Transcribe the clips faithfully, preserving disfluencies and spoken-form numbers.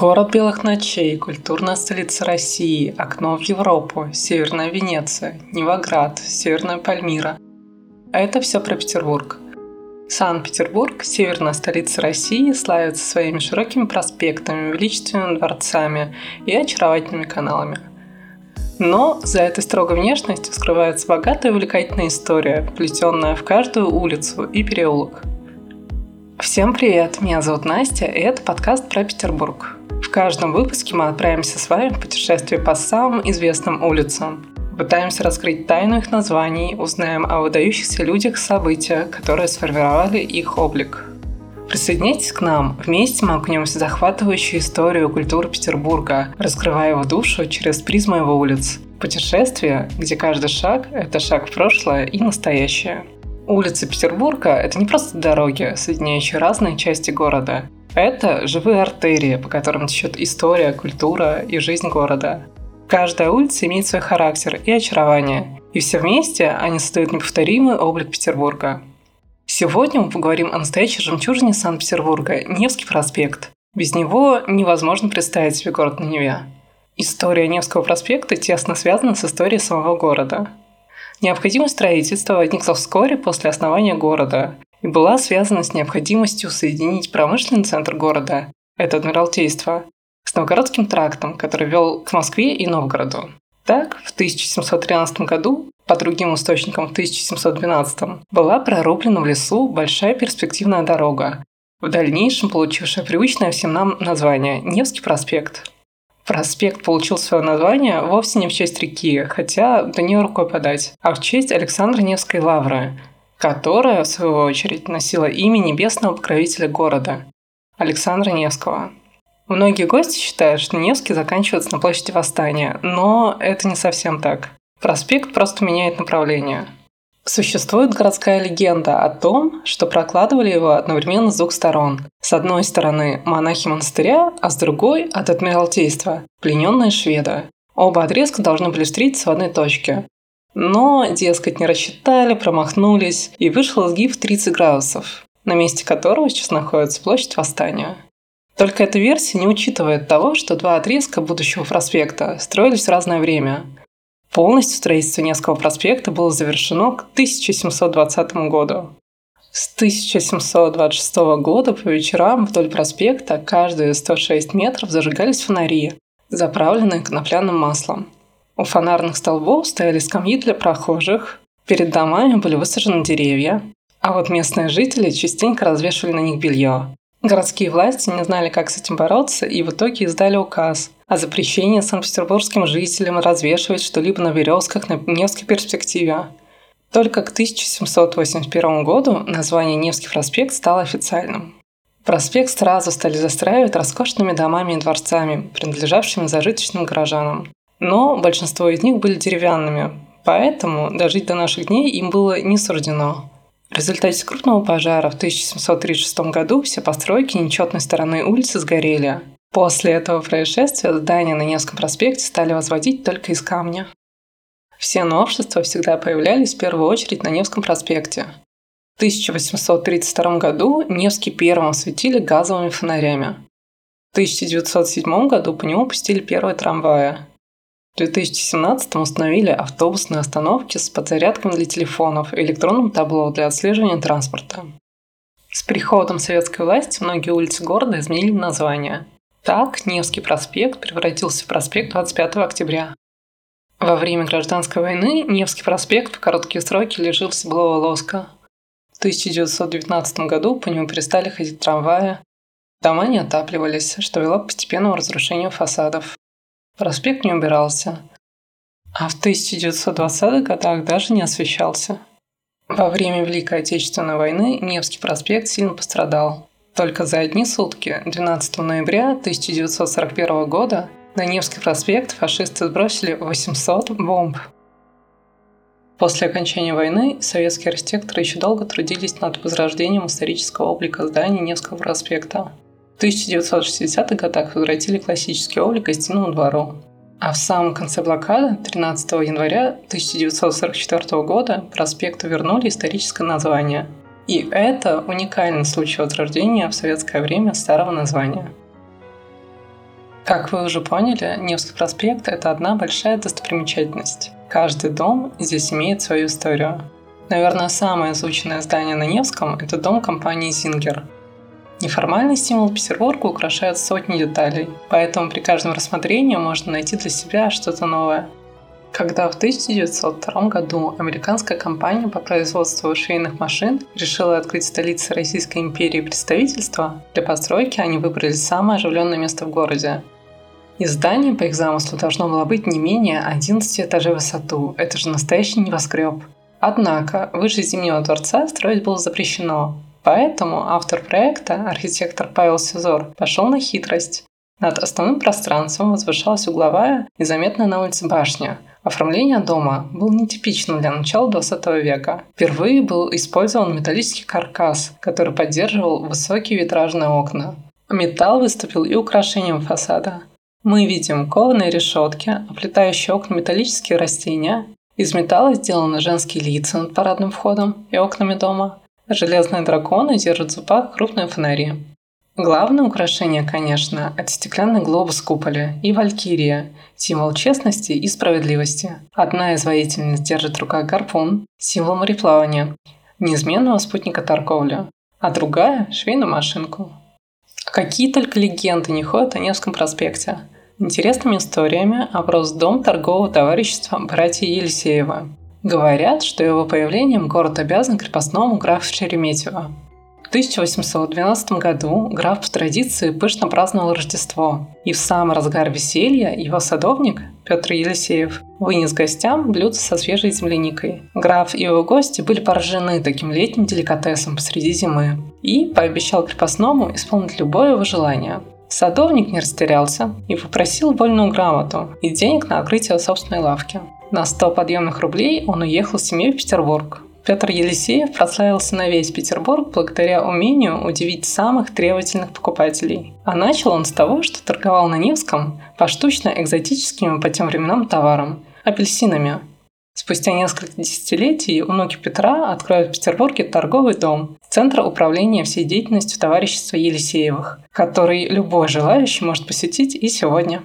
Город белых ночей, культурная столица России, окно в Европу, Северная Венеция, Невоград, Северная Пальмира. А это все про Петербург. Санкт-Петербург, северная столица России, славится своими широкими проспектами, величественными дворцами и очаровательными каналами. Но за этой строгой внешностью скрывается богатая и увлекательная история, вплетенная в каждую улицу и переулок. Всем привет, меня зовут Настя, и это подкаст про Петербург. В каждом выпуске мы отправимся с вами в путешествие по самым известным улицам. Пытаемся раскрыть тайну их названий, узнаем о выдающихся людях и событиях, которые сформировали их облик. Присоединяйтесь к нам, вместе мы окунемся в захватывающую историю культуры Петербурга, раскрывая его душу через призму его улиц. Путешествие, где каждый шаг – это шаг в прошлое и настоящее. Улицы Петербурга – это не просто дороги, соединяющие разные части города. Это живые артерии, по которым течет история, культура и жизнь города. Каждая улица имеет свой характер и очарование, и все вместе они создают неповторимый облик Петербурга. Сегодня мы поговорим о настоящей жемчужине Санкт-Петербурга – Невский проспект. Без него невозможно представить себе город на Неве. История Невского проспекта тесно связана с историей самого города. Необходимость строительства возникла вскоре после основания города и была связана с необходимостью соединить промышленный центр города – это Адмиралтейство – с Новгородским трактом, который вел к Москве и Новгороду. Так, в тысяча семьсот тринадцатом году, по другим источникам в тысяча семьсот двенадцатом, была прорублена в лесу большая перспективная дорога, в дальнейшем получившая привычное всем нам название – Невский проспект. Проспект получил свое название вовсе не в честь реки, хотя до нее рукой подать, а в честь Александра Невской лавры, которая, в свою очередь, носила имя небесного покровителя города – Александра Невского. Многие гости считают, что Невский заканчивается на площади Восстания, но это не совсем так. Проспект просто меняет направление. Существует городская легенда о том, что прокладывали его одновременно с двух сторон. С одной стороны монахи монастыря, а с другой – от Адмиралтейства, плененные шведы. Оба отрезка должны были встретиться в одной точке. Но, дескать, не рассчитали, промахнулись, и вышел изгиб в тридцать градусов, на месте которого сейчас находится площадь Восстания. Только эта версия не учитывает того, что два отрезка будущего проспекта строились в разное время. Полностью строительство Невского проспекта было завершено к тысяча семьсот двадцатому году. С тысяча семьсот двадцать шестого года по вечерам вдоль проспекта каждые сто шесть метров зажигались фонари, заправленные конопляным маслом. У фонарных столбов стояли скамьи для прохожих, перед домами были высажены деревья, а вот местные жители частенько развешивали на них белье. Городские власти не знали, как с этим бороться, и в итоге издали указ о запрещении санкт-петербургским жителям развешивать что-либо на березках на Невской перспективе. Только к тысяча семьсот восемьдесят первому году название Невский проспект стало официальным. Проспект сразу стали застраивать роскошными домами и дворцами, принадлежавшими зажиточным горожанам. Но большинство из них были деревянными, поэтому дожить до наших дней им было не суждено. В результате крупного пожара в тысяча семьсот тридцать шестом году все постройки нечетной стороны улицы сгорели. После этого происшествия здания на Невском проспекте стали возводить только из камня. Все новшества всегда появлялись в первую очередь на Невском проспекте. В тысяча восемьсот тридцать втором году Невский первым осветили газовыми фонарями. В тысяча девятьсот седьмом году по нему пустили первые трамваи. В две тысячи семнадцатом установили автобусные остановки с подзарядками для телефонов и электронным табло для отслеживания транспорта. С приходом советской власти многие улицы города изменили название. Так, Невский проспект превратился в проспект двадцать пятого октября. Во время гражданской войны Невский проспект в короткие сроки лишился былого лоска. В тысяча девятьсот девятнадцатом году по нему перестали ходить трамваи, дома не отапливались, что вело к постепенному разрушению фасадов. Проспект не убирался, а в тысяча девятьсот двадцатых годах даже не освещался. Во время Великой Отечественной войны Невский проспект сильно пострадал. Только за одни сутки, двенадцатого ноября тысяча девятьсот сорок первого года, на Невский проспект фашисты сбросили восемьсот бомб. После окончания войны советские архитекторы еще долго трудились над возрождением исторического облика зданий Невского проспекта. В тысяча девятьсот шестидесятых годах возвратили классический облик гостиному двору. А в самом конце блокады, тринадцатого января тысяча девятьсот сорок четвёртого года, проспекту вернули историческое название. И это уникальный случай возрождения в советское время старого названия. Как вы уже поняли, Невский проспект – это одна большая достопримечательность. Каждый дом здесь имеет свою историю. Наверное, самое звучное здание на Невском – это дом компании «Зингер». Неформальный стимул Петербурга украшает сотни деталей, поэтому при каждом рассмотрении можно найти для себя что-то новое. Когда в тысяча девятьсот втором году американская компания по производству швейных машин решила открыть в столице Российской империи представительство, для постройки они выбрали самое оживленное место в городе. И здание, по их замыслу, должно было быть не менее одиннадцати этажей в высоту. Это же настоящий небоскреб. Однако выше Зимнего дворца строить было запрещено. Поэтому автор проекта, архитектор Павел Сизор, пошел на хитрость. Над основным пространством возвышалась угловая и заметная на улице башня. Оформление дома было нетипичным для начала двадцатого века. Впервые был использован металлический каркас, который поддерживал высокие витражные окна. Металл выступил и украшением фасада. Мы видим кованые решетки, оплетающие окна металлические растения. Из металла сделаны женские лица над парадным входом и окнами дома. Железные драконы держат в зубах крупные фонари. Главное украшение, конечно, это стеклянный глобус в куполе и валькирия, символ честности и справедливости. Одна из воительниц держит в руках гарпун, символ мореплавания, неизменного спутника торговли, а другая – швейную машинку. Какие только легенды не ходят о Невском проспекте. Интересными историями оброс дом торгового товарищества братья Елисеева. Говорят, что его появлением город обязан крепостному графу Шереметьеву. В тысяча восемьсот двенадцатом году граф по традиции пышно праздновал Рождество, и в самый разгар веселья его садовник Петр Елисеев вынес гостям блюдо со свежей земляникой. Граф и его гости были поражены таким летним деликатесом посреди зимы и пообещал крепостному исполнить любое его желание. Садовник не растерялся и попросил вольную грамоту и денег на открытие собственной лавки. На сто подъемных рублей он уехал с семьей в Петербург. Петр Елисеев прославился на весь Петербург благодаря умению удивить самых требовательных покупателей. А начал он с того, что торговал на Невском поштучно экзотическими по тем временам товаром – апельсинами. Спустя несколько десятилетий внуки Петра откроют в Петербурге торговый дом, центр управления всей деятельностью товарищества Елисеевых, который любой желающий может посетить и сегодня.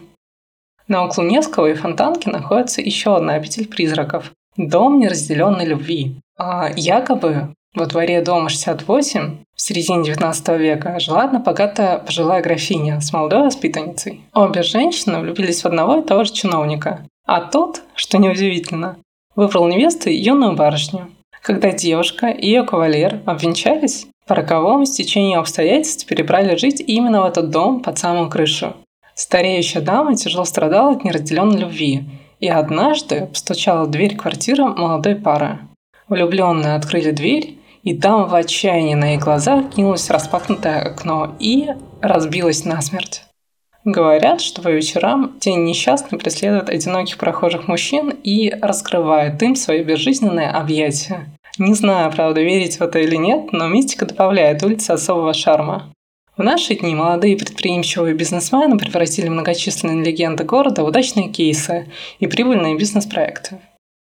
На углу Невского и Фонтанки находится еще одна обитель призраков – дом неразделенной любви. А якобы во дворе дома шестьдесят восемь в середине девятнадцатого века жила одна богатая пожилая графиня с молодой воспитанницей. Обе женщины влюбились в одного и того же чиновника, а тот, что неудивительно, выбрал невестой юную барышню. Когда девушка и ее кавалер обвенчались, по роковому стечению обстоятельств перебрали жить именно в этот дом под самую крышу. Стареющая дама тяжело страдала от неразделенной любви и однажды постучала в дверь квартиры молодой пары. Влюбленные открыли дверь, и дама в отчаянии на их глазах кинулась в распахнутое окно и разбилась насмерть. Говорят, что по вечерам тень несчастный преследует одиноких прохожих мужчин и раскрывает им свои безжизненные объятия. Не знаю, правда, верить в это или нет, но мистика добавляет улице особого шарма. В наши дни молодые предприимчивые бизнесмены превратили многочисленные легенды города в удачные кейсы и прибыльные бизнес-проекты.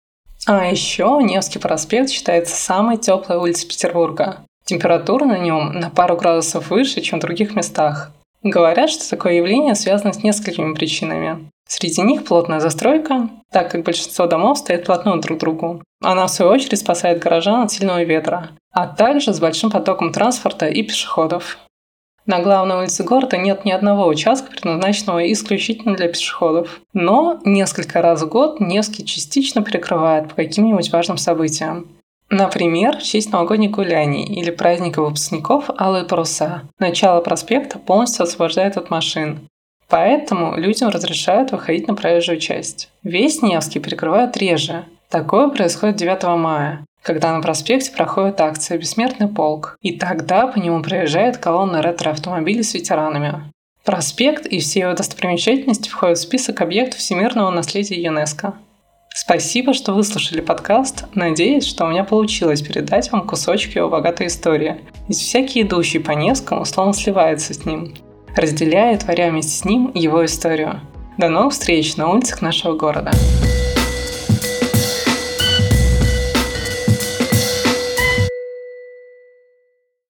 А еще Невский проспект считается самой теплой улицей Петербурга. Температура на нем на пару градусов выше, чем в других местах. Говорят, что такое явление связано с несколькими причинами. Среди них плотная застройка, так как большинство домов стоят вплотную друг к другу. Она, в свою очередь, спасает горожан от сильного ветра, а также с большим потоком транспорта и пешеходов. На главной улице города нет ни одного участка, предназначенного исключительно для пешеходов. Но несколько раз в год Невский частично перекрывает по каким-нибудь важным событиям. Например, в честь новогодних гуляний или праздника выпускников «Алые паруса». Начало проспекта полностью освобождает от машин. Поэтому людям разрешают выходить на проезжую часть. Весь Невский перекрывают реже. Такое происходит девятого мая, когда на проспекте проходит акция «Бессмертный полк», и тогда по нему проезжает колонна ретро-автомобилей с ветеранами. Проспект и все его достопримечательности входят в список объектов всемирного наследия ЮНЕСКО. Спасибо, что выслушали подкаст. Надеюсь, что у меня получилось передать вам кусочек его богатой истории. Ведь всякий идущий по Невскому словно сливается с ним, разделяя и творя вместе с ним его историю. До новых встреч на улицах нашего города.